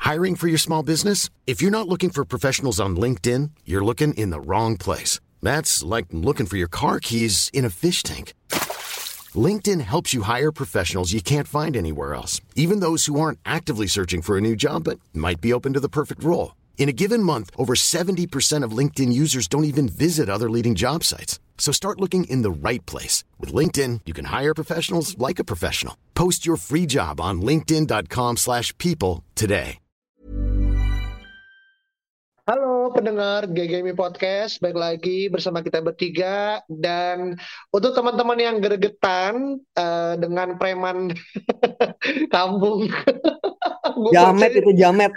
Hiring for your small business? If you're not looking for professionals on LinkedIn, you're looking in the wrong place. That's like looking for your car keys in a fish tank. LinkedIn helps you hire professionals you can't find anywhere else, even those who aren't actively searching for a new job but might be open to the perfect role. In a given month, over 70% of LinkedIn users don't even visit other leading job sites. So start looking in the right place. With LinkedIn, you can hire professionals like a professional. Post your free job on linkedin.com/people today. Halo pendengar GGMI Podcast, balik lagi bersama kita bertiga. Dan untuk teman-teman yang gregetan dengan preman kampung, Jamet itu jamet.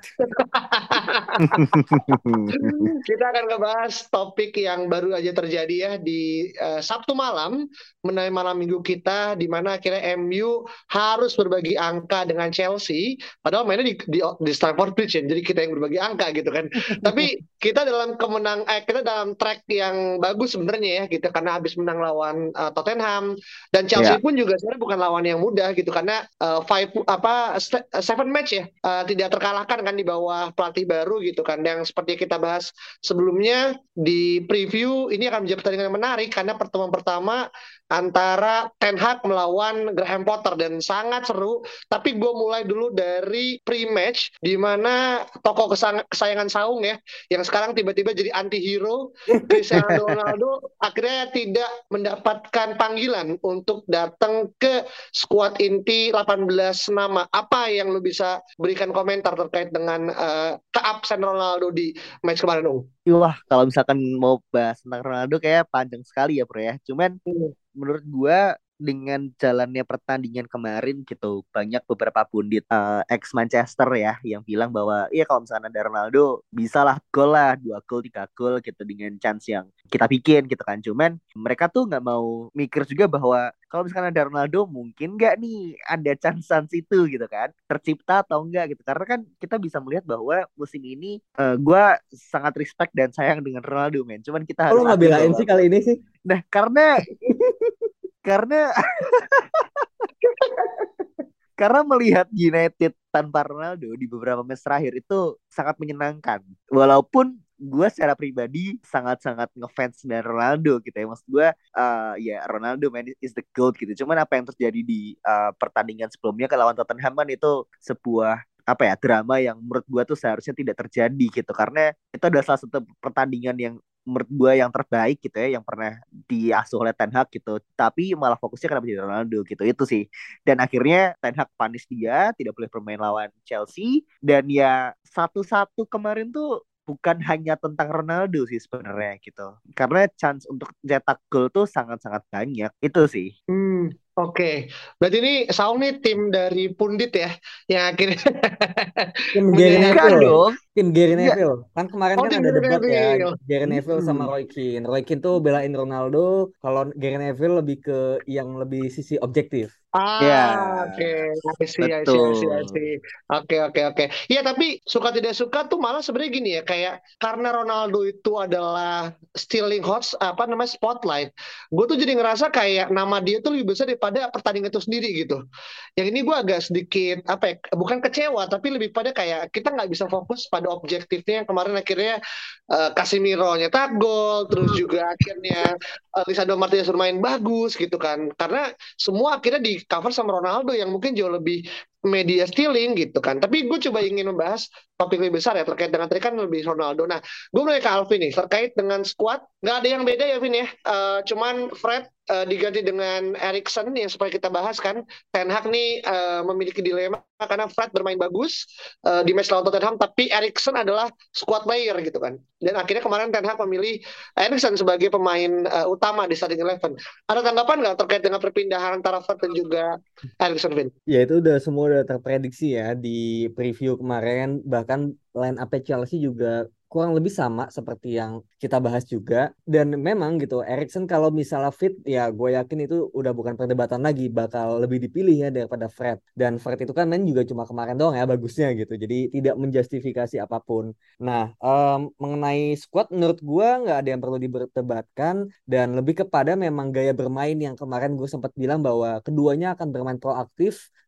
kita akan ngebahas topik yang baru aja terjadi ya di Sabtu malam, mengenai malam minggu kita, di mana akhirnya MU harus berbagi angka dengan Chelsea, padahal mainnya di Stamford Bridge ya, jadi kita yang berbagi angka gitu kan. Tapi kita kita dalam track yang bagus sebenarnya ya gitu, karena habis menang lawan Tottenham, dan Chelsea pun juga sebenarnya bukan lawan yang mudah gitu, karena seven match ya tidak terkalahkan kan di bawah pelatih baru gitu kan. Yang seperti kita bahas sebelumnya di preview, ini akan menjadi pertandingan yang menarik karena pertemuan pertama antara Ten Hag melawan Graham Potter dan sangat seru. Tapi gue mulai dulu dari pre-match, di mana tokoh kesayangan Saung ya, yang sekarang tiba-tiba jadi anti-hero, Cristiano Ronaldo akhirnya tidak mendapatkan panggilan untuk datang ke skuad inti 18 nama. Apa yang lu bisa berikan komentar terkait dengan keabsen Ronaldo di match kemarin, Wah, kalau misalkan mau bahas tentang Ronaldo kayak panjang sekali ya, Bro ya. Cuman menurut gua dengan jalannya pertandingan kemarin gitu, banyak beberapa pundit ex Manchester ya yang bilang bahwa iya kalau misalkan ada Ronaldo bisa lah gol lah, 2 gol 3 gol gitu dengan chance yang kita bikin gitu kan. Cuman mereka tuh nggak mau mikir juga bahwa kalau misalkan ada Ronaldo mungkin nggak nih ada chance itu gitu kan, tercipta atau enggak gitu. Karena kan kita bisa melihat bahwa musim ini gue sangat respect dan sayang dengan Ronaldo, men. Cuman kita harus nggak belain sih kali ini sih. Nah, karena karena melihat United tanpa Ronaldo di beberapa match terakhir itu sangat menyenangkan. Walaupun gue secara pribadi sangat-sangat ngefans dengan Ronaldo gitu ya. Maksud gue ya Ronaldo man is the GOAT gitu. Cuman apa yang terjadi di pertandingan sebelumnya ke lawan Tottenham kan itu sebuah drama yang menurut gue tuh seharusnya tidak terjadi gitu. Karena itu adalah salah satu pertandingan yang menurut gue yang terbaik gitu ya, yang pernah diasuh oleh Ten Hag gitu. Tapi malah fokusnya kenapa jadi Ronaldo gitu, itu sih. Dan akhirnya Ten Hag panis dia, tidak boleh bermain lawan Chelsea. Dan ya satu-satu kemarin tuh bukan hanya tentang Ronaldo sih sebenarnya gitu. Karena chance untuk cetak gol tuh sangat-sangat banyak. Itu sih. Oke. Berarti ini Saung nih tim dari pundit ya, yang akhirnya Tim Gary Neville dong. Tim Gary Neville. Kan kemarin kan ada debat ya, Gary Neville sama Hmm. Roy Keane. Roy Keane tuh belain Ronaldo, kalau Gary Neville lebih ke yang lebih sisi objektif. Ya, Oke, I see. betul. Oke. Iya, tapi suka tidak suka tuh malah sebenarnya gini ya, kayak karena Ronaldo itu adalah stealing spotlight. Gue tuh jadi ngerasa kayak nama dia tuh lebih besar daripada pertandingan itu sendiri gitu. Yang ini gue agak sedikit bukan kecewa, tapi lebih pada kayak kita nggak bisa fokus pada objektifnya yang kemarin akhirnya Casemiro nyetak gol, terus juga akhirnya Lisandro Martinez bermain bagus gitu kan. Karena semua akhirnya di cover sama Ronaldo yang mungkin jauh lebih media stealing gitu kan. Tapi gue coba ingin membahas topik lebih besar ya terkait dengan tadi kan lebih Ronaldo. Nah, gue mulai ke Alvin nih terkait dengan squad. Nggak ada yang beda ya, Vin ya. Cuman Fred diganti dengan Eriksen yang seperti kita bahas kan. Ten Hag nih memiliki dilema karena Fred bermain bagus di match lawan Tottenham, tapi Eriksen adalah squad player gitu kan. Dan akhirnya kemarin Ten Hag memilih Eriksen sebagai pemain utama di starting 11. Ada tanggapan nggak terkait dengan perpindahan antara Fred dan juga Eriksen, Vin? Ya itu semua udah terprediksi ya di preview kemarin. Bahkan line up Chelsea juga kurang lebih sama seperti yang kita bahas juga. Dan memang gitu, Eriksen kalau misalnya fit, ya gue yakin itu udah bukan perdebatan lagi, bakal lebih dipilih ya daripada Fred. Dan Fred itu kan main juga cuma kemarin doang ya bagusnya gitu, jadi tidak menjustifikasi apapun. Nah, mengenai squad menurut gue nggak ada yang perlu diperdebatkan, dan lebih kepada memang gaya bermain yang kemarin gue sempat bilang bahwa keduanya akan bermain proaktif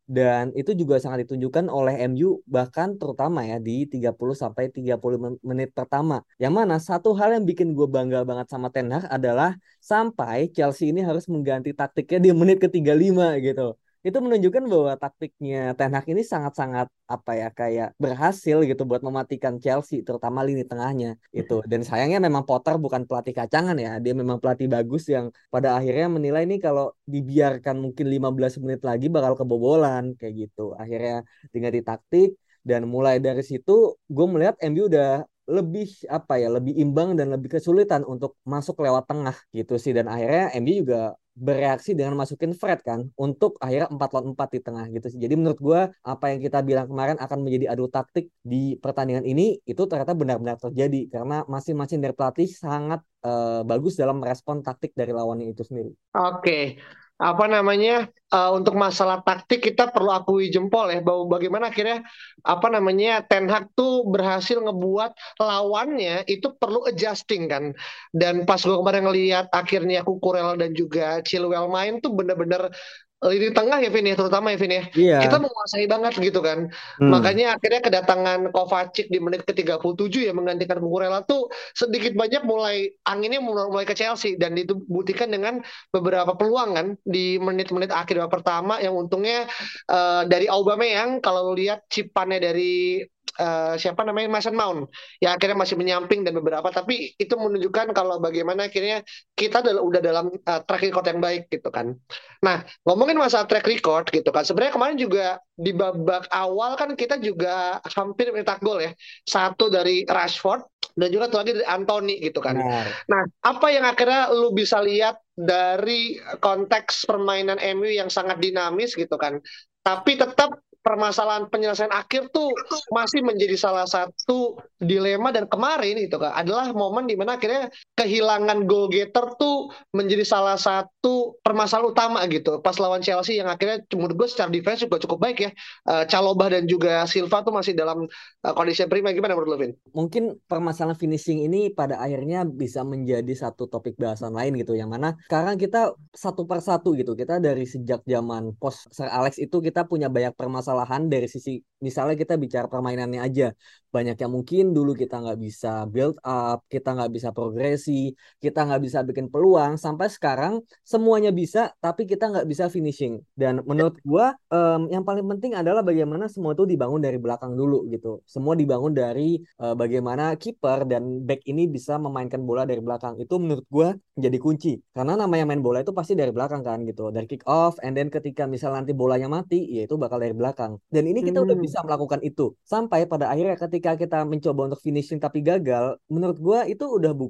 Dan itu juga sangat ditunjukkan oleh MU bahkan terutama ya di 30 sampai 30 menit pertama. Yang mana satu hal yang bikin gue bangga banget sama Ten Hag adalah sampai Chelsea ini harus mengganti taktiknya di menit ke-35 gitu. Itu menunjukkan bahwa taktiknya Ten Hag ini sangat-sangat apa ya kayak berhasil gitu buat mematikan Chelsea terutama lini tengahnya itu. Dan sayangnya memang Potter bukan pelatih kacangan ya. Dia memang pelatih bagus yang pada akhirnya menilai nih kalau dibiarkan mungkin 15 menit lagi bakal kebobolan kayak gitu. Akhirnya diganti taktik dan mulai dari situ gue melihat MU udah lebih apa ya lebih imbang dan lebih kesulitan untuk masuk lewat tengah gitu sih dan akhirnya MU juga bereaksi dengan masukin Fred kan untuk akhirnya 4 lawan 4 di tengah gitu sih. Jadi menurut gue apa yang kita bilang kemarin akan menjadi adu taktik di pertandingan ini itu ternyata benar-benar terjadi karena masing-masing dari pelatih sangat bagus dalam merespon taktik dari lawannya itu sendiri. Oke, apa namanya untuk masalah taktik kita perlu akui jempol ya bahwa bagaimana akhirnya apa namanya Ten Hag tuh berhasil ngebuat lawannya itu perlu adjusting kan. Dan pas gue kemarin ngelihat akhirnya Kukurela dan juga Chilwell main tuh bener-bener lini tengah ya Vin ya terutama ya Vin ya kita Iya. menguasai banget gitu kan Hmm. makanya akhirnya kedatangan Kovacic di menit ke-37 ya menggantikan Kukurela tuh sedikit banyak mulai anginnya mulai ke Chelsea dan itu buktikan dengan beberapa peluang kan di menit-menit akhir babak pertama yang untungnya dari Aubameyang kalau lu lihat cipannya dari siapa namanya Mason Mount ya akhirnya masih menyamping dan beberapa tapi itu menunjukkan kalau bagaimana akhirnya kita udah dalam track record yang baik gitu kan. Nah ngomongin masalah track record gitu kan sebenarnya kemarin juga di babak awal kan kita juga hampir mencetak gol ya satu dari Rashford dan juga satu lagi dari Anthony gitu kan. Benar. Nah apa yang akhirnya lu bisa lihat dari konteks permainan MU yang sangat dinamis gitu kan tapi tetap permasalahan penyelesaian akhir tuh masih menjadi salah satu dilema dan kemarin itu kan adalah momen di mana akhirnya kehilangan goal getter tuh menjadi salah satu permasalahan utama gitu pas lawan Chelsea yang akhirnya menurut gue secara defense juga cukup baik ya. Chalobah dan juga Silva tuh masih dalam kondisi yang prima gimana menurut lo Vin? Mungkin permasalahan finishing ini pada akhirnya bisa menjadi satu topik bahasan lain gitu yang mana sekarang kita satu persatu gitu kita dari sejak zaman post Sir Alex itu kita punya banyak permasalahan dari sisi misalnya kita bicara permainannya aja banyak yang mungkin dulu kita nggak bisa build up kita nggak bisa progresi kita nggak bisa bikin peluang sampai sekarang semuanya bisa tapi kita nggak bisa finishing dan menurut gua yang paling penting adalah bagaimana semua itu dibangun dari belakang dulu gitu semua dibangun dari bagaimana kiper dan back ini bisa memainkan bola dari belakang itu menurut gue jadi kunci karena namanya main bola itu pasti dari belakang kan gitu dari kick off and then ketika misal nanti bolanya mati ya itu bakal dari belakang dan ini kita udah bisa melakukan itu sampai pada akhirnya ketika kita mencoba untuk finishing tapi gagal menurut gue itu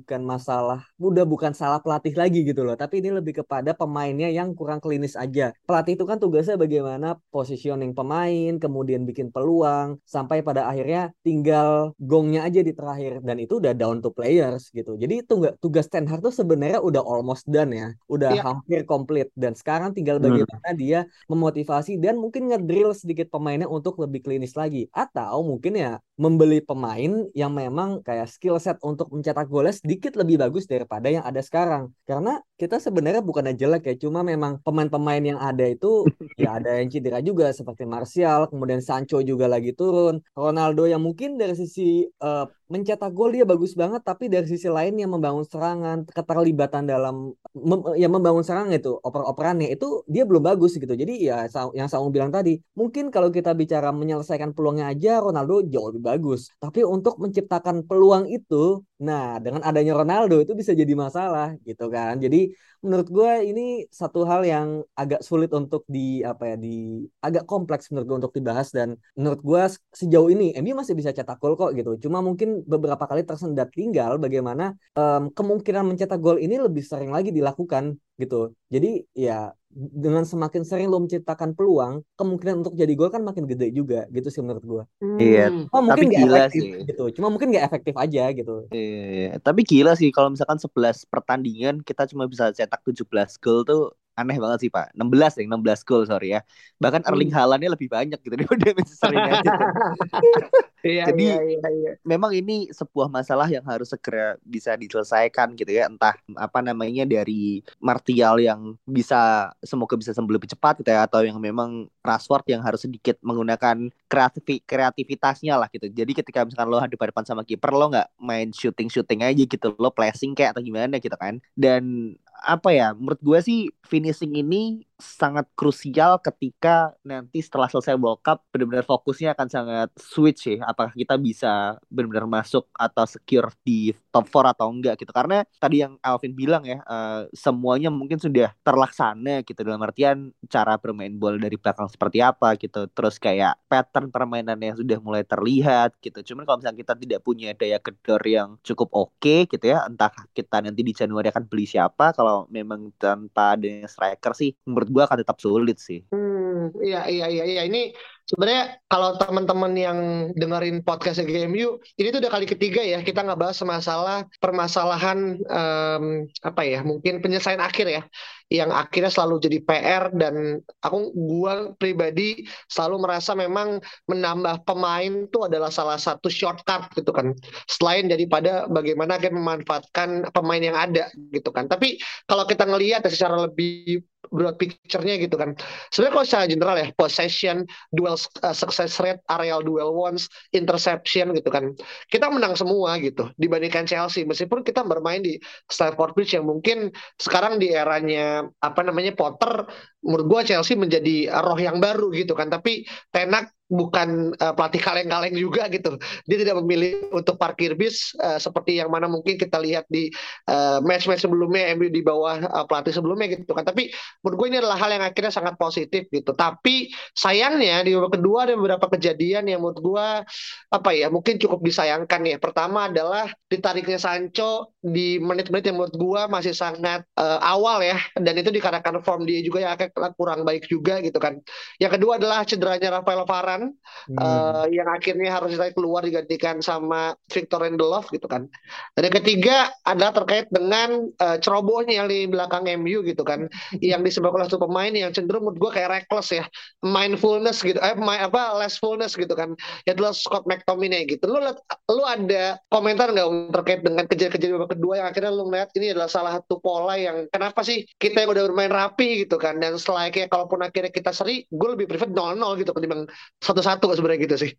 udah bukan salah pelatih lagi gitu loh tapi ini lebih kepada pemainnya yang kurang klinis aja pelatih itu kan tugasnya bagaimana positioning pemain kemudian bikin peluang sampai pada akhirnya tinggal gongnya aja di terakhir dan itu udah down to players gitu. Jadi itu nggak tugas Ten Hag tuh sebenarnya udah almost done ya, udah Iya. hampir komplit dan sekarang tinggal Hmm. bagaimana dia memotivasi dan mungkin ngedrill sedikit pemainnya untuk lebih klinis lagi atau mungkin ya membeli pemain yang memang kayak skill set untuk mencetak golnya sedikit lebih bagus daripada yang ada sekarang. Karena kita sebenarnya bukannya jelek ya, cuma memang pemain-pemain yang ada itu ya ada yang cedera juga seperti Martial, kemudian Sancho juga lagi turun. Ronaldo yang mungkin dari sisi mencetak gol dia bagus banget, tapi dari sisi lain yang membangun serangan, keterlibatan dalam ya membangun serangan itu, oper-operannya itu dia belum bagus gitu. Jadi ya yang Saung bilang tadi, mungkin kalau kita bicara menyelesaikan peluangnya aja Ronaldo jauh lebih bagus. Tapi untuk menciptakan peluang itu, nah dengan adanya Ronaldo itu bisa jadi masalah gitu kan. Jadi menurut gue ini satu hal yang agak sulit untuk di apa ya di agak kompleks menurut gue untuk dibahas dan menurut gue sejauh ini MU masih bisa cetak gol kok gitu cuma mungkin beberapa kali tersendat tinggal bagaimana kemungkinan mencetak gol ini lebih sering lagi dilakukan gitu jadi ya dengan semakin sering lo menciptakan peluang kemungkinan untuk jadi gol kan makin gede juga gitu sih menurut gue Iya, cuma tapi mungkin nggak gila efektif sih. gitu cuma mungkin nggak efektif aja gitu. Iya, tapi gila sih kalau misalkan 11 pertandingan kita cuma bisa cetak 17 gol tuh aneh banget sih Pak. 16 gol sorry ya. Bahkan Erling Haalandnya lebih banyak gitu daripada Manchester United kan. Iya, iya, Jadi iya, iya. memang ini sebuah masalah yang harus segera bisa diselesaikan gitu ya. Entah apa namanya dari Martial yang semoga bisa sembuh lebih cepat gitu ya, atau yang memang Rashford yang harus sedikit menggunakan kreativitasnya lah gitu. Jadi ketika misalkan lo hadap-hadapan sama kiper, lo nggak main shooting aja gitu, lo placing kayak atau gimana gitu kan. Dan apa ya, menurut gue sih finishing ini sangat krusial ketika nanti setelah selesai World Cup benar-benar fokusnya akan sangat switch ya, apakah kita bisa benar-benar masuk atau secure di top 4 atau enggak gitu. Karena tadi yang Alvin bilang ya, semuanya mungkin sudah terlaksana gitu, dalam artian cara bermain bola dari belakang seperti apa gitu, terus kayak pattern permainan yang sudah mulai terlihat gitu. Cuman kalau misalnya kita tidak punya daya gedor yang cukup oke gitu ya, entah kita nanti di Januari akan beli siapa, kalau memang tanpa adanya striker sih menurut gua akan tetap sulit sih. Iya, iya, iya, iya. Ini sebenarnya kalau teman-teman yang dengerin podcast GMU, ini tuh udah kali ketiga ya kita nggak bahas masalah permasalahan apa ya, mungkin penyelesaian akhir ya, yang akhirnya selalu jadi PR. Dan gua pribadi selalu merasa memang menambah pemain tuh adalah salah satu shortcut gitu kan, selain daripada bagaimana akan memanfaatkan pemain yang ada gitu kan. Tapi kalau kita ngelihat secara lebih broad picture-nya gitu kan, sebenarnya kalau secara general ya, possession, duel success rate, aerial duel wins, interception gitu kan, kita menang semua gitu dibandingkan Chelsea, meskipun kita bermain di Stamford Bridge yang mungkin sekarang di eranya apa namanya Potter, menurut gua Chelsea menjadi roh yang baru gitu kan. Tapi Tenak bukan pelatih kaleng-kaleng juga gitu. Dia tidak memilih untuk parkir bis seperti yang mana mungkin kita lihat di match-match sebelumnya MU di bawah pelatih sebelumnya gitu kan. Tapi menurut gue ini adalah hal yang akhirnya sangat positif gitu. Tapi sayangnya di babak kedua ada beberapa kejadian yang menurut gue apa ya, mungkin cukup disayangkan ya. Pertama adalah ditariknya Sancho di menit-menit yang menurut gue masih sangat awal ya, dan itu dikarenakan form dia juga yang akhirnya kurang baik juga gitu kan. Yang kedua adalah cederanya Rafael Varane yang akhirnya harus keluar digantikan sama Victor Lindelof gitu kan. Dan yang ketiga adalah terkait dengan cerobohnya yang di belakang MU gitu kan, yang disebabkan oleh satu pemain yang cenderung menurut gue kayak reckless ya, mindfulness gitu, lessfulness gitu kan. Ya adalah Scott McTominay gitu. Lu ada komentar nggak terkait dengan kejadian-kejadian babak kedua yang akhirnya lu ngeliat ini adalah salah satu pola yang kenapa sih kita yang udah bermain rapi gitu kan, dan setelah kayak kalaupun akhirnya kita seri, gue lebih prefer 0-0 gitu ketimbang 1-1 sebenarnya gitu sih.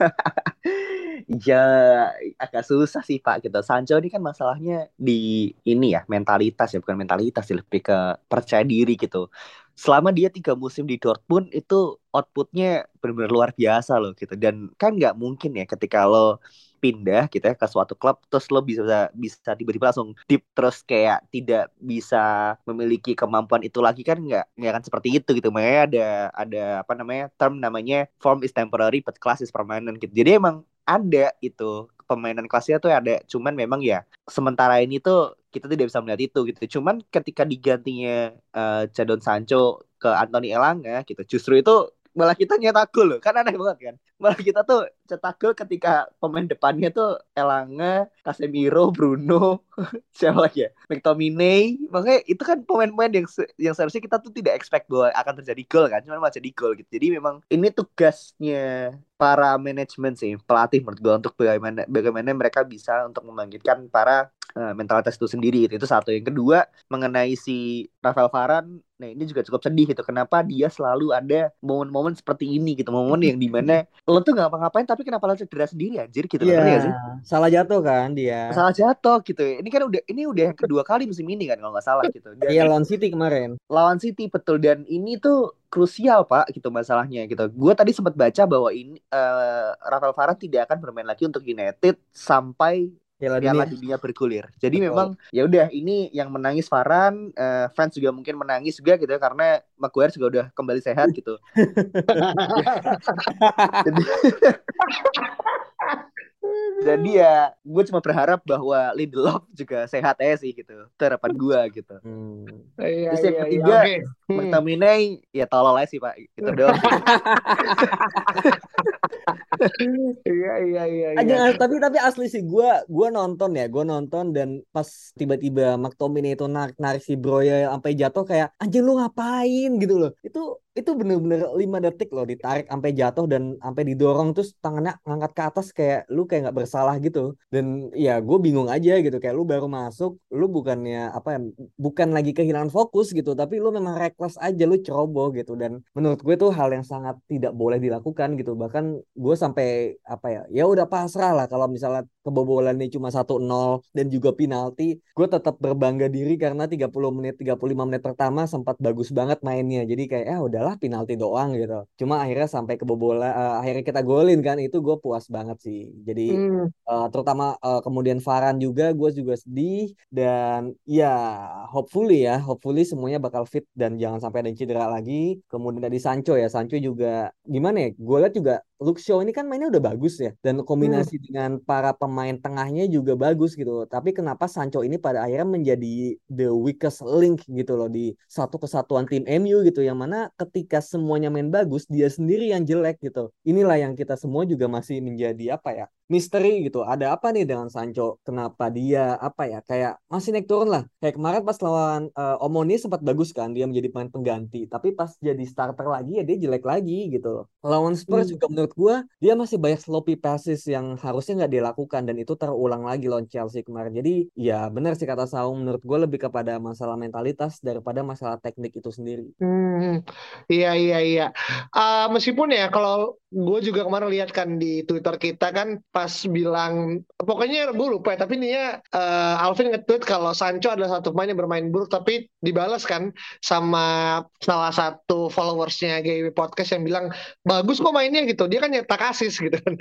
Ya agak susah sih Pak gitu. Sancho ini kan masalahnya di ini ya, mentalitas ya, bukan mentalitas sih, lebih ke percaya diri gitu. Selama dia 3 musim di Dortmund itu outputnya benar-benar luar biasa loh gitu. Dan kan nggak mungkin ya ketika lo pindah gitu ya ke suatu klub terus lo bisa bisa tiba-tiba langsung deep terus kayak tidak bisa memiliki kemampuan itu lagi, kan nggak akan seperti itu gitu. Makanya ada apa namanya, term namanya form is temporary but class is permanent gitu. Jadi emang ada itu permainan kelasnya tuh ada, cuman memang ya sementara ini tuh kita tidak bisa melihat itu gitu. Cuman ketika digantinya Jadon Sancho ke Anthony Elanga gitu, justru itu malah kita nyetak gol loh, kan aneh banget kan. Malah kita tuh cetak gol ketika pemain depannya tuh Elanga, Casemiro, Bruno, siapa lagi ya, McTominay. Makanya itu kan pemain-pemain yang seharusnya kita tuh tidak expect bahwa akan terjadi gol kan, cuma malah jadi gol gitu. Jadi memang ini tugasnya para manajemen sih, pelatih menurut gue, untuk bagaimana mereka bisa untuk membangkitkan para mentalitas itu sendiri gitu. Itu satu. Yang kedua mengenai si Rafael Varane, nah ini juga cukup sedih gitu. Kenapa dia selalu ada momen-momen seperti ini gitu, momen yang dimana lo tuh nggak ngapa-ngapain tapi kenapa lo cedera sendiri anjir gitu, Iya, ngerti gak sih? salah jatuh kan dia. Salah jatuh gitu. Ini kan udah yang kedua kali musim ini kan kalau nggak salah gitu. Dan Iya, lawan City kemarin. lawan City betul, dan ini tuh krusial Pak gitu masalahnya gitu. Gue tadi sempat baca bahwa ini Rafael Varane tidak akan bermain lagi untuk United sampai Piala Piala Dunia. Dunia bergulir. Jadi Betul. memang ya udah, ini yang menangis Varane, fans juga mungkin menangis juga gitu ya, karena Maguire juga udah kembali sehat gitu. Jadi jadi ya gue cuma berharap bahwa Lindelof juga sehat aja sih gitu. Itu harapan gue gitu. Iya, Terus yang iya, iya, ketiga, oke. McTominay ya tolol aja sih Pak. Itu doang. Iya, iya, iya, iya. Aja, tapi asli sih gue nonton dan pas tiba-tiba McTominay itu narik si Broya sampai jatuh kayak anjing lu ngapain gitu loh. Itu bener-bener 5 detik loh ditarik sampai jatuh dan sampai didorong terus tangannya ngangkat ke atas kayak lu kayak nggak bersalah gitu. Dan ya gue bingung aja gitu kayak lu baru masuk, lu bukannya apa ya, bukan lagi kehilangan fokus gitu, tapi lu memang reckless aja, lu ceroboh gitu. Dan menurut gue itu hal yang sangat tidak boleh dilakukan gitu. Bahkan gue sampai apa ya, ya udah pasrah lah kalau misalnya kebobolannya cuma 1-0 dan juga penalti, gue tetap berbangga diri karena 30 menit 35 menit pertama sempat bagus banget mainnya. Jadi kayak udahlah penalti doang gitu. Cuma akhirnya sampai kebobolan, akhirnya kita golin kan, itu gue puas banget sih. Jadi Hmm. terutama kemudian Varane juga gue juga sedih. Dan ya hopefully semuanya bakal fit dan jangan sampai ada yang cedera lagi. Kemudian dari Sancho ya, Sancho juga gimana ya, gue lihat juga Luke Shaw ini kan mainnya udah bagus ya, dan Hmm. kombinasi dengan para pemain tengahnya juga bagus gitu. Tapi kenapa Sancho ini pada akhirnya menjadi the weakest link gitu loh di satu kesatuan tim MU gitu, yang mana ketika semuanya main bagus dia sendiri yang jelek gitu. Inilah yang kita semua juga masih menjadi apa ya, misteri gitu. Ada apa nih dengan Sancho? Kenapa dia apa ya, kayak masih naik turun lah. Kayak kemarin pas lawan Omoni sempat bagus kan, dia menjadi pemain pengganti. Tapi pas jadi starter lagi ya dia jelek lagi gitu loh. Lawan Spurs Hmm. juga menurut gue dia masih banyak sloppy passes yang harusnya nggak dilakukan dan itu terulang lagi lawan Chelsea kemarin. Jadi ya benar sih kata Saung, menurut gue lebih kepada masalah mentalitas daripada masalah teknik itu sendiri. Hmm, iya, iya, iya. Meskipun ya kalau gue juga kemarin lihat kan di Twitter kita kan pas bilang, pokoknya gue lupa ya, tapi nih ya Alvin nge-tweet kalau Sancho adalah satu pemain yang bermain buruk, tapi dibalas kan sama salah satu followersnya GW Podcast yang bilang bagus kok mainnya gitu, dia kan nyetak asis gitu kan.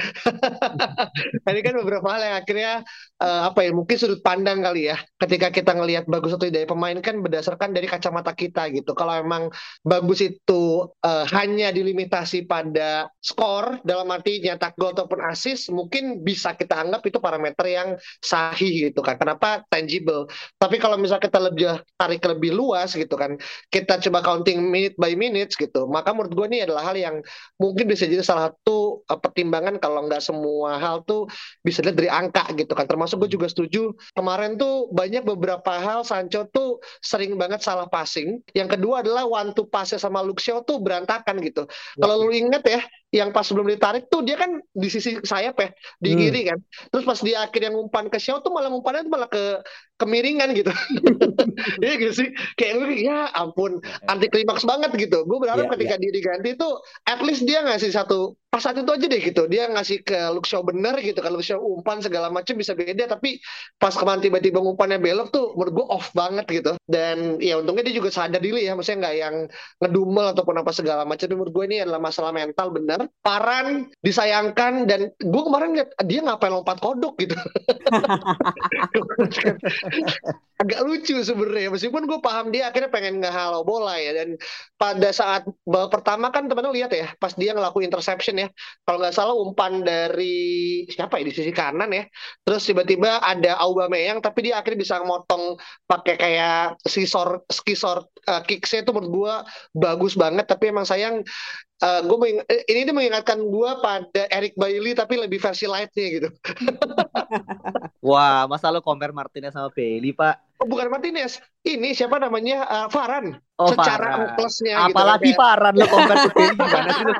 Ini kan beberapa hal yang akhirnya apa ya, mungkin sudut pandang kali ya. Ketika kita ngelihat bagus atau tidak pemain kan berdasarkan dari kacamata kita gitu. Kalau emang bagus itu hanya dilimitasi pada skor dalam arti nyetak gol ataupun assist, mungkin bisa kita anggap itu parameter yang sahih gitu kan. Kenapa tangible? Tapi kalau misalnya kita lebih tarik lebih luas gitu kan, kita coba counting minute by minutes gitu. Maka menurut gue ini adalah hal yang mungkin bisa jadi salah satu pertimbangan kalau nggak semua hal tuh bisa dilihat dari angka gitu kan. Termasuk gue juga setuju kemarin tuh banyak beberapa hal Sancho tuh sering banget salah passing. Yang kedua adalah one to pass sama Luke Shaw tuh berantakan gitu. Ya. Kalau lu inget ya, yang pas sebelum ditarik tuh dia kan di sisi sayap ya, di kiri kan. Terus pas di akhir yang umpan ke Shaw tuh malah umpannya tuh malah ke kemiringan gitu. Iya gitu sih. Kayak lu ya ampun, anti klimaks banget gitu. Gue berharap Ya, ya. ketika dia diganti tuh at least dia ngasih satu pas saat itu aja deh gitu. Dia ngasih ke Luke Shaw bener gitu. Kalau Luke Shaw umpan segala macam bisa beda, tapi pas kemarin tiba-tiba umpannya belok tuh menurut gue off banget gitu. Dan ya untungnya dia juga sadar diri ya, maksudnya nggak yang ngedumel ataupun apa segala macam. Tapi menurut gue ini adalah masalah mental bener. Paran disayangkan dan gue kemarin lihat dia ngapain lompat kodok gitu. Agak lucu sebenarnya, meskipun gue paham dia akhirnya pengen ngehalau bola ya. Dan pada saat babak pertama kan teman-teman lihat ya, pas dia ngelakuin interception ya, kalau nggak salah umpan dari siapa ya di sisi kanan ya, terus tiba-tiba ada Aubameyang tapi dia akhirnya bisa motong pakai kayak skisor kicksnya itu menurut gue bagus banget. Tapi emang sayang, ini dia mengingatkan gue pada Eric Bailly tapi lebih versi lightnya gitu. Wah, masa lo compare Martinez sama Bailey, Pak? Oh, bukan Martinez, ini siapa namanya, Varane. Oh, Secara Farhan. plusnya gitu kan Apalagi kayak Farhan lo compare ke Bailey gimana sih lo?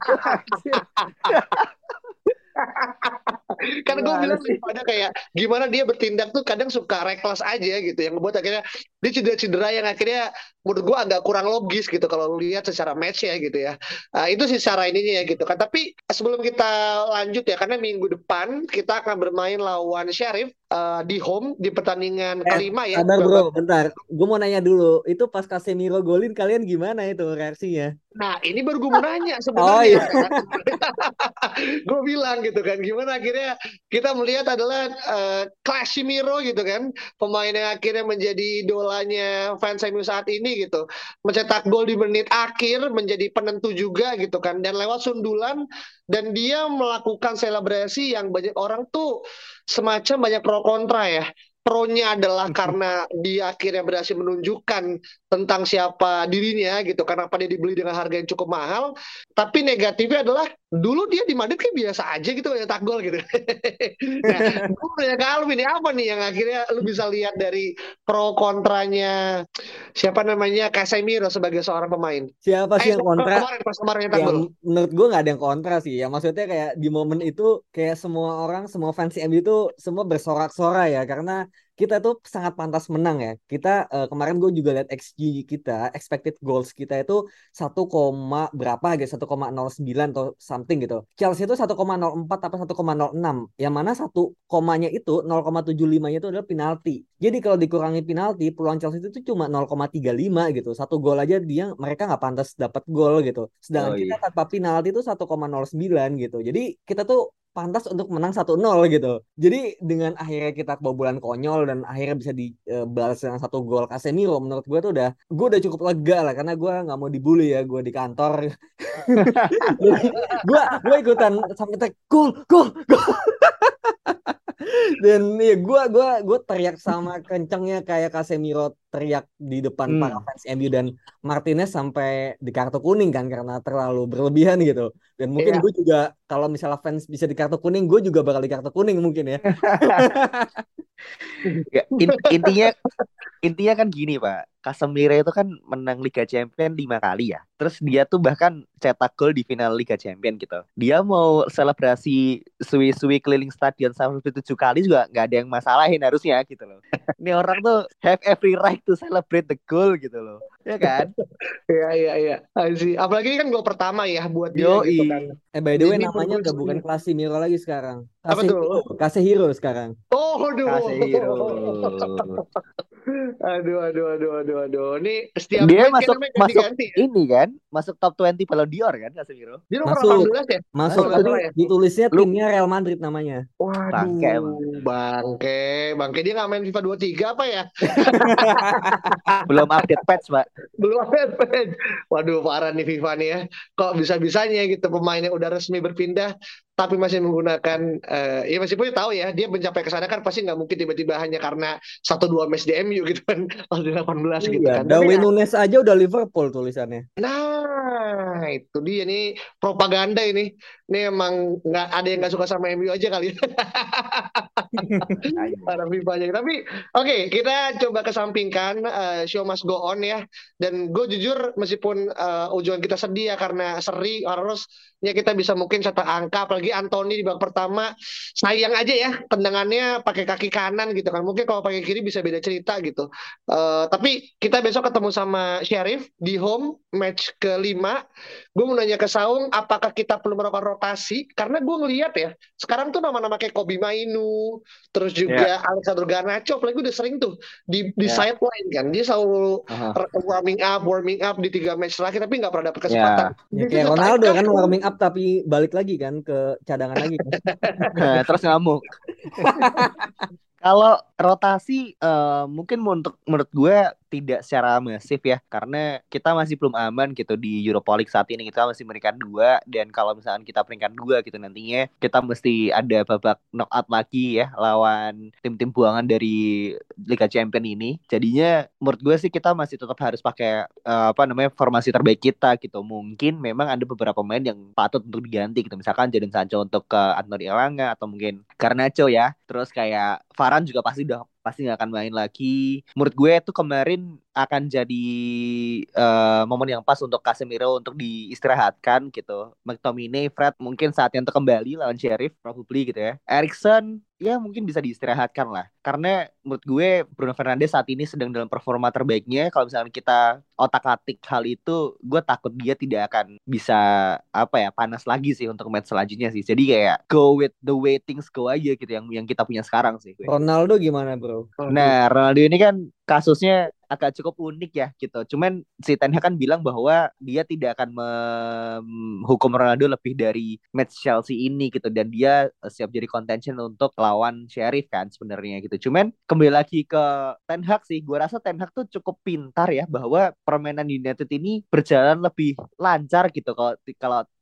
kan gue Gimana bilang sih? daripada kayak gimana dia bertindak tuh kadang suka reckless aja gitu yang ngebuat akhirnya dia cedera-cedera yang akhirnya menurut gue agak kurang logis gitu kalau lu lihat secara match ya gitu ya. Itu sih secara ininya ya gitu kan. Tapi sebelum kita lanjut ya, karena minggu depan kita akan bermain lawan Sheriff di home di pertandingan kelima ya Sabar bro, babak. bentar. Gue mau nanya dulu, itu pas Casemiro golin kalian gimana itu reaksinya? Nah, ini baru gue mau nanya Oh sebenarnya. iya. Gue bilang gitu kan, gimana akhirnya kita melihat adalah Casemiro gitu kan, pemain yang akhirnya menjadi idolanya fans MU saat ini gitu, mencetak gol di menit akhir menjadi penentu juga gitu kan, dan lewat sundulan, dan dia melakukan selebrasi yang banyak orang tuh semacam banyak pro kontra ya. pro-nya adalah karena dia akhirnya berhasil menunjukkan tentang siapa dirinya gitu, kenapa dia dibeli dengan harga yang cukup mahal. Tapi negatifnya adalah dulu dia di Madrid kayak biasa aja gitu nyetak gol gitu. Nah, gue nanya ke Alvin, ini apa nih yang akhirnya lu bisa lihat dari pro kontranya siapa namanya Casemiro sebagai seorang pemain? Siapa sih yang kontra? Kemarin pas kemarin nyetak Ya gol. menurut gue nggak ada yang kontra sih ya, maksudnya kayak di momen itu kayak semua orang, semua fans MU itu semua bersorak-sorai ya, karena kita tuh sangat pantas menang ya. Kita kemarin gue juga lihat XG kita, expected goals kita itu 1, berapa gitu, 1,09 atau something gitu. Chelsea itu 1,04 apa 1,06, yang mana satu komanya itu 0,75-nya itu adalah penalti. Jadi kalau dikurangi penalti, peluang Chelsea itu cuma 0,35 gitu. Satu gol aja mereka nggak pantas dapat gol gitu. Sedangkan Oh kita iya. tanpa penalti itu 1,09 gitu. Jadi kita tuh pantas untuk menang 1-0 gitu. Jadi dengan akhirnya kita kebobolan konyol dan akhirnya bisa dibalas dengan 1 gol Casemiro, menurut gue udah cukup lega lah, karena gue nggak mau dibully ya, gue di kantor. Jadi gue ikutan sampai tek gol gol. Dan ya gue teriak sama kencengnya kayak Casemiro teriak di depan para fans MU, dan Martinez sampai di kartu kuning kan karena terlalu berlebihan gitu. Dan mungkin Iya. gue juga kalau misalnya fans bisa di kartu kuning, gue juga bakal di kartu kuning mungkin ya. Ya, intinya intinya kan gini Pak, Casemiro itu kan menang Liga Champion 5 kali ya. Terus dia tuh bahkan cetak gol di final Liga Champion gitu. Dia mau selebrasi suwi-suwi keliling stadion sampai 7 kali juga nggak ada yang masalahin harusnya gitu loh. Ini orang tuh have every right to celebrate the goal gitu loh. Ya kan? Iya, iya, iya. Apalagi ini kan gol pertama ya buat dia Yoi. gitu kan. By the way, Jadi namanya menurut udah gue bukan Casemiro lagi sekarang. apa tuh? Casemiro sekarang. Oh, aduh. Casemiro. Aduh, aduh, aduh, aduh, aduh. Ini setiap Dia match kan masuk namanya masuk ganti-ganti ya. ini kan, masuk top 20 Ballon d'Or kan Casemiro. Dia nomor Masuk 18 ya? masuk Kalau nggak tapi salah ya. ditulisnya Lu timnya Real Madrid namanya. bangke emang. Waduh, bangke. Bangke dia nggak main FIFA 23 apa ya? Belum update patch, Pak. Belum ada fans. Waduh, parah nih FIFA nih ya. Kok bisa-bisanya gitu pemainnya udah resmi berpindah tapi masih menggunakan ya meskipun dia tahu ya dia mencapai ke sana kan pasti nggak mungkin tiba-tiba hanya karena 1-2 match di MU gitu kan pas di 18 gitu Iya, kan. Tapi Darwin ya, Nunes aja udah Liverpool tulisannya. nah itu dia nih propaganda ini. Ini emang nggak ada yang nggak suka sama MU aja kali ya. Para FIFA-nya. Tapi oke, kita coba kesampingkan show must go on ya. Dan gue jujur meskipun ujuan kita sedih ya karena seri harusnya kita bisa mungkin cetak angka, apalagi Anthony di babak pertama sayang aja ya tendangannya pakai kaki kanan gitu kan. Mungkin kalau pakai kiri bisa beda cerita gitu. Tapi kita besok ketemu sama Sheriff di home match kelima. Gue mau nanya ke Saung, apakah kita perlu melakukan rotasi? Karena gue ngelihat ya, sekarang tuh nama-nama kayak Kobe Mainu, terus juga Alexander Garnacho, apalagi udah sering tuh di sideline kan, dia selalu warming up di 3 match terakhir, tapi nggak pernah dapet kesempatan. Ya, kayak Ronaldo kan warming up tapi balik lagi kan ke cadangan lagi kan. Terus ngamuk. Kalau rotasi mungkin menurut gue tidak secara masif ya, karena kita masih belum aman gitu di Europa League saat ini. Kita masih peringkat 2, dan kalau misalkan kita peringkat 2 gitu nantinya kita mesti ada babak knockout lagi ya lawan tim-tim buangan dari Liga Champions ini. Jadinya menurut gue sih kita masih tetap harus pakai formasi terbaik kita gitu. Mungkin memang ada beberapa pemain yang patut untuk diganti gitu. Misalkan Jadon Sancho untuk ke Anthony Elanga, atau mungkin Garnacho ya. Terus kayak Varane juga pasti nggak akan main lagi. Menurut gue itu kemarin akan jadi momen yang pas untuk Casemiro untuk diistirahatkan gitu. McTominay, Fred mungkin saatnya untuk kembali lawan Sheriff probably gitu ya. Erikson ya mungkin bisa diistirahatkan lah. Karena menurut gue Bruno Fernandes saat ini sedang dalam performa terbaiknya. Kalau misalnya kita otak-atik hal itu, gue takut dia tidak akan bisa panas lagi sih untuk match selanjutnya sih. Jadi kayak go with the way things go aja gitu yang kita punya sekarang sih. Ronaldo gimana bro? Nah, Ronaldo ini kan kasusnya agak cukup unik ya gitu. Cuman si Ten Hag kan bilang bahwa dia tidak akan menghukum Ronaldo lebih dari match Chelsea ini gitu, dan dia siap jadi contention untuk lawan Sheriff kan sebenarnya gitu. Cuman kembali lagi ke Ten Hag sih, gue rasa Ten Hag tuh cukup pintar ya bahwa permainan United ini berjalan lebih lancar gitu kalau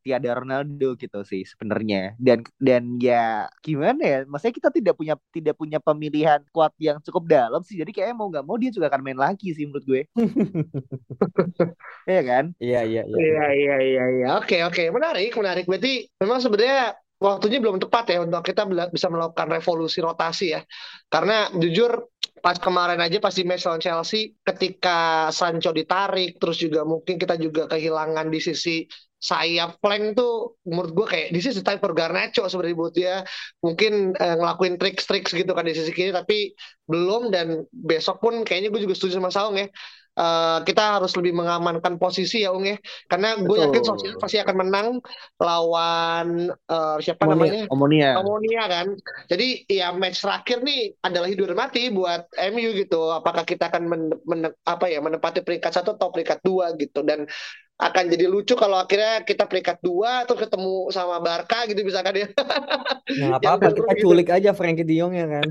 tiada Ronaldo gitu sih sebenarnya. Dan ya gimana ya, maksudnya kita tidak punya pemilihan squad yang cukup dalam sih, jadi kayaknya mau nggak mau dia juga akan main lagi sih menurut gue. Iya kan? Iya, iya, iya. Iya, iya, iya, iya. Oke, oke. Menarik, menarik. Berarti memang sebenarnya waktunya belum tepat ya untuk kita bisa melakukan revolusi rotasi ya. Karena jujur pas kemarin aja pas di match lawan Chelsea ketika Sancho ditarik, terus juga mungkin kita juga kehilangan di sisi sayap flank tuh menurut gue kayak this is the time for Garnacho sebenarnya buat dia mungkin ngelakuin trik-trik gitu kan di sisi kiri tapi belum dan besok pun kayaknya gue juga setuju sama Saung ya. Kita harus lebih mengamankan posisi ya Ung ya karena gue yakin Sosial Betul. pasti akan menang lawan siapa Omonia. namanya Omonia. Omonia kan jadi ya match terakhir nih adalah hidup dan mati buat MU gitu apakah kita akan menempati peringkat 1 atau peringkat 2 gitu dan akan jadi lucu kalau akhirnya kita peringkat 2 terus ketemu sama Barca gitu misalkan ya Ya nggak yang apa-apa, seru kita gitu culik aja Frankie De Jong ya kan.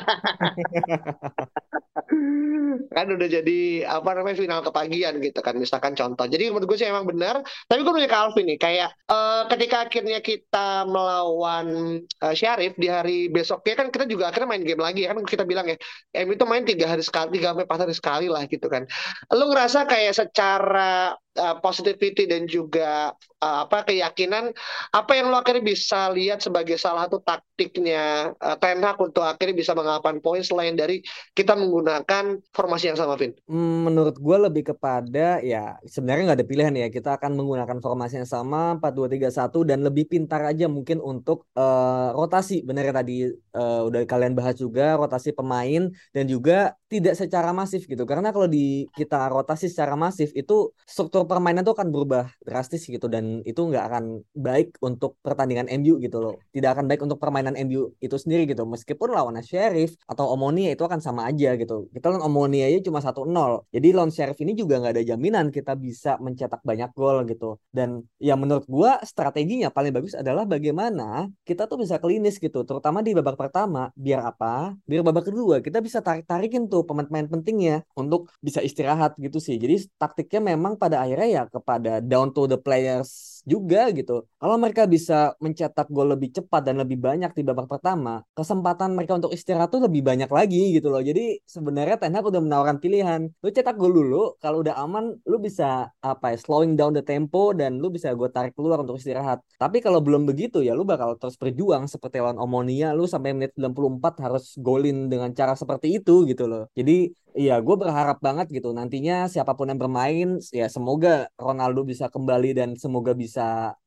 kan udah jadi apa namanya final kepagian gitu kan misalkan contoh jadi menurut gue sih emang benar tapi gue nanya ke Alvin nih kayak ketika akhirnya kita melawan Syarif di hari besoknya kan kita juga akhirnya main game lagi ya kan kita bilang ya MU itu main 3 sampai 4 hari sekali lah gitu kan lu ngerasa kayak secara positivity dan juga keyakinan apa yang lo akhirnya bisa lihat sebagai salah satu taktiknya Ten Hag untuk akhirnya bisa mengapan poin selain dari kita menggunakan formasi yang sama, Vin? Menurut gue lebih kepada ya sebenarnya nggak ada pilihan ya kita akan menggunakan formasi yang sama 4-2-3-1 dan lebih pintar aja mungkin untuk rotasi bener ya tadi udah kalian bahas juga rotasi pemain dan juga tidak secara masif gitu karena kalau kita rotasi secara masif itu struktur permainan tuh akan berubah drastis gitu dan itu nggak akan baik untuk pertandingan MU gitu loh tidak akan baik untuk permainan MU itu sendiri gitu meskipun lawan Sheriff atau Omonia itu akan sama aja gitu kita lawan Omonia aja cuma 1-0 jadi lawan Sheriff ini juga nggak ada jaminan kita bisa mencetak banyak gol gitu dan ya menurut gua strateginya paling bagus adalah bagaimana kita tuh bisa klinis gitu terutama di babak pertama biar babak kedua kita bisa tarik-tarikin tuh pemain-pemain pentingnya untuk bisa istirahat gitu sih jadi taktiknya memang pada akhirnya ya kepada down to the players juga gitu. Kalau mereka bisa mencetak gol lebih cepat dan lebih banyak di babak pertama, kesempatan mereka untuk istirahat tuh lebih banyak lagi gitu loh. Jadi sebenarnya Ten Hag udah menawarkan pilihan. Lu cetak gol dulu, kalau udah aman lu bisa slowing down the tempo dan lu bisa gue tarik keluar untuk istirahat. Tapi kalau belum begitu ya lu bakal terus berjuang seperti lawan Omonia, lu sampai menit 94 harus golin dengan cara seperti itu gitu loh. Jadi iya, gue berharap banget gitu nantinya siapapun yang bermain ya semoga Ronaldo bisa kembali dan semoga bisa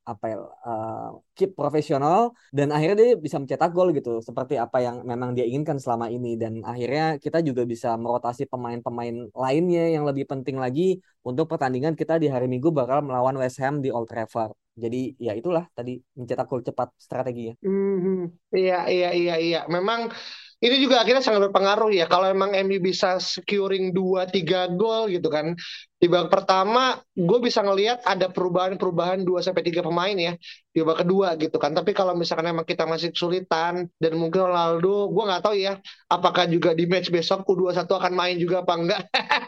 keep profesional dan akhirnya dia bisa mencetak gol gitu seperti apa yang memang dia inginkan selama ini dan akhirnya kita juga bisa merotasi pemain-pemain lainnya yang lebih penting lagi untuk pertandingan kita di hari Minggu bakal melawan West Ham di Old Trafford. Jadi ya itulah tadi mencetak gol cepat strateginya. Iya, iya, iya, iya. Memang ini juga akhirnya sangat berpengaruh ya. Kalau emang MU bisa securing 2-3 gol gitu kan. Di babak pertama, gue bisa ngelihat ada perubahan-perubahan 2-3 pemain ya. Di babak kedua gitu kan. Tapi kalau misalkan emang kita masih kesulitan, dan mungkin Ronaldo, gue nggak tahu ya, apakah juga di match besok U21 akan main juga apa enggak.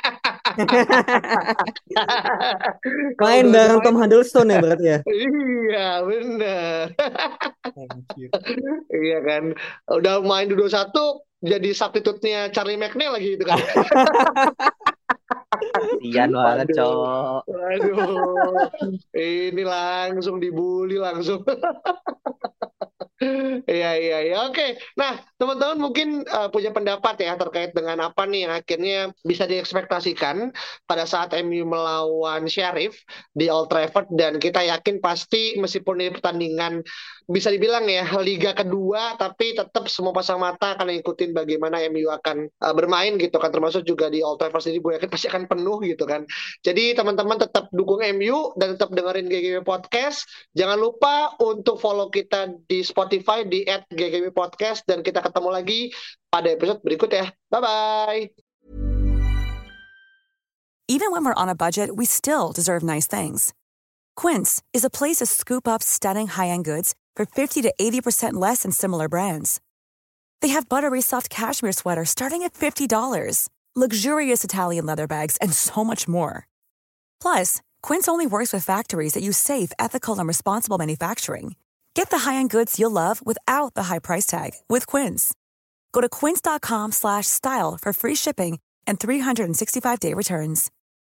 Kalau Main udah bareng main, Tom Hiddleston ya berarti ya. iya bener. Anjir. Iya kan. Udah main di 21 jadi substitute-nya Charlie McNeil lagi gitu kan. Sian banget, Waduh. Cok. Waduh. Ini langsung dibully langsung. Iya, iya, iya. Oke. Nah, teman-teman mungkin punya pendapat ya terkait dengan apa nih yang akhirnya bisa diekspektasikan pada saat MU melawan Sheriff di Old Trafford dan kita yakin pasti meskipun ini pertandingan bisa dibilang ya Liga kedua tapi tetap semua pasang mata akan ngikutin bagaimana MU akan bermain gitu kan termasuk juga di Old Trafford sendiri gue yakin pasti akan penuh gitu kan. Jadi teman-teman tetap dukung MU dan tetap dengerin GGW Podcast. Jangan lupa untuk follow kita di Spotify di @GGW Podcast dan kita ketemu lagi pada episode berikut ya. Bye-bye. Even when we're on a budget, we still deserve nice things. Quince is a place to scoop up stunning high-end goods for 50 to 80% less than similar brands. They have buttery soft cashmere sweaters starting at $50, luxurious Italian leather bags, and so much more. Plus, Quince only works with factories that use safe, ethical, and responsible manufacturing. Get the high-end goods you'll love without the high price tag with Quince. Go to quince.com/style for free shipping and 365-day returns.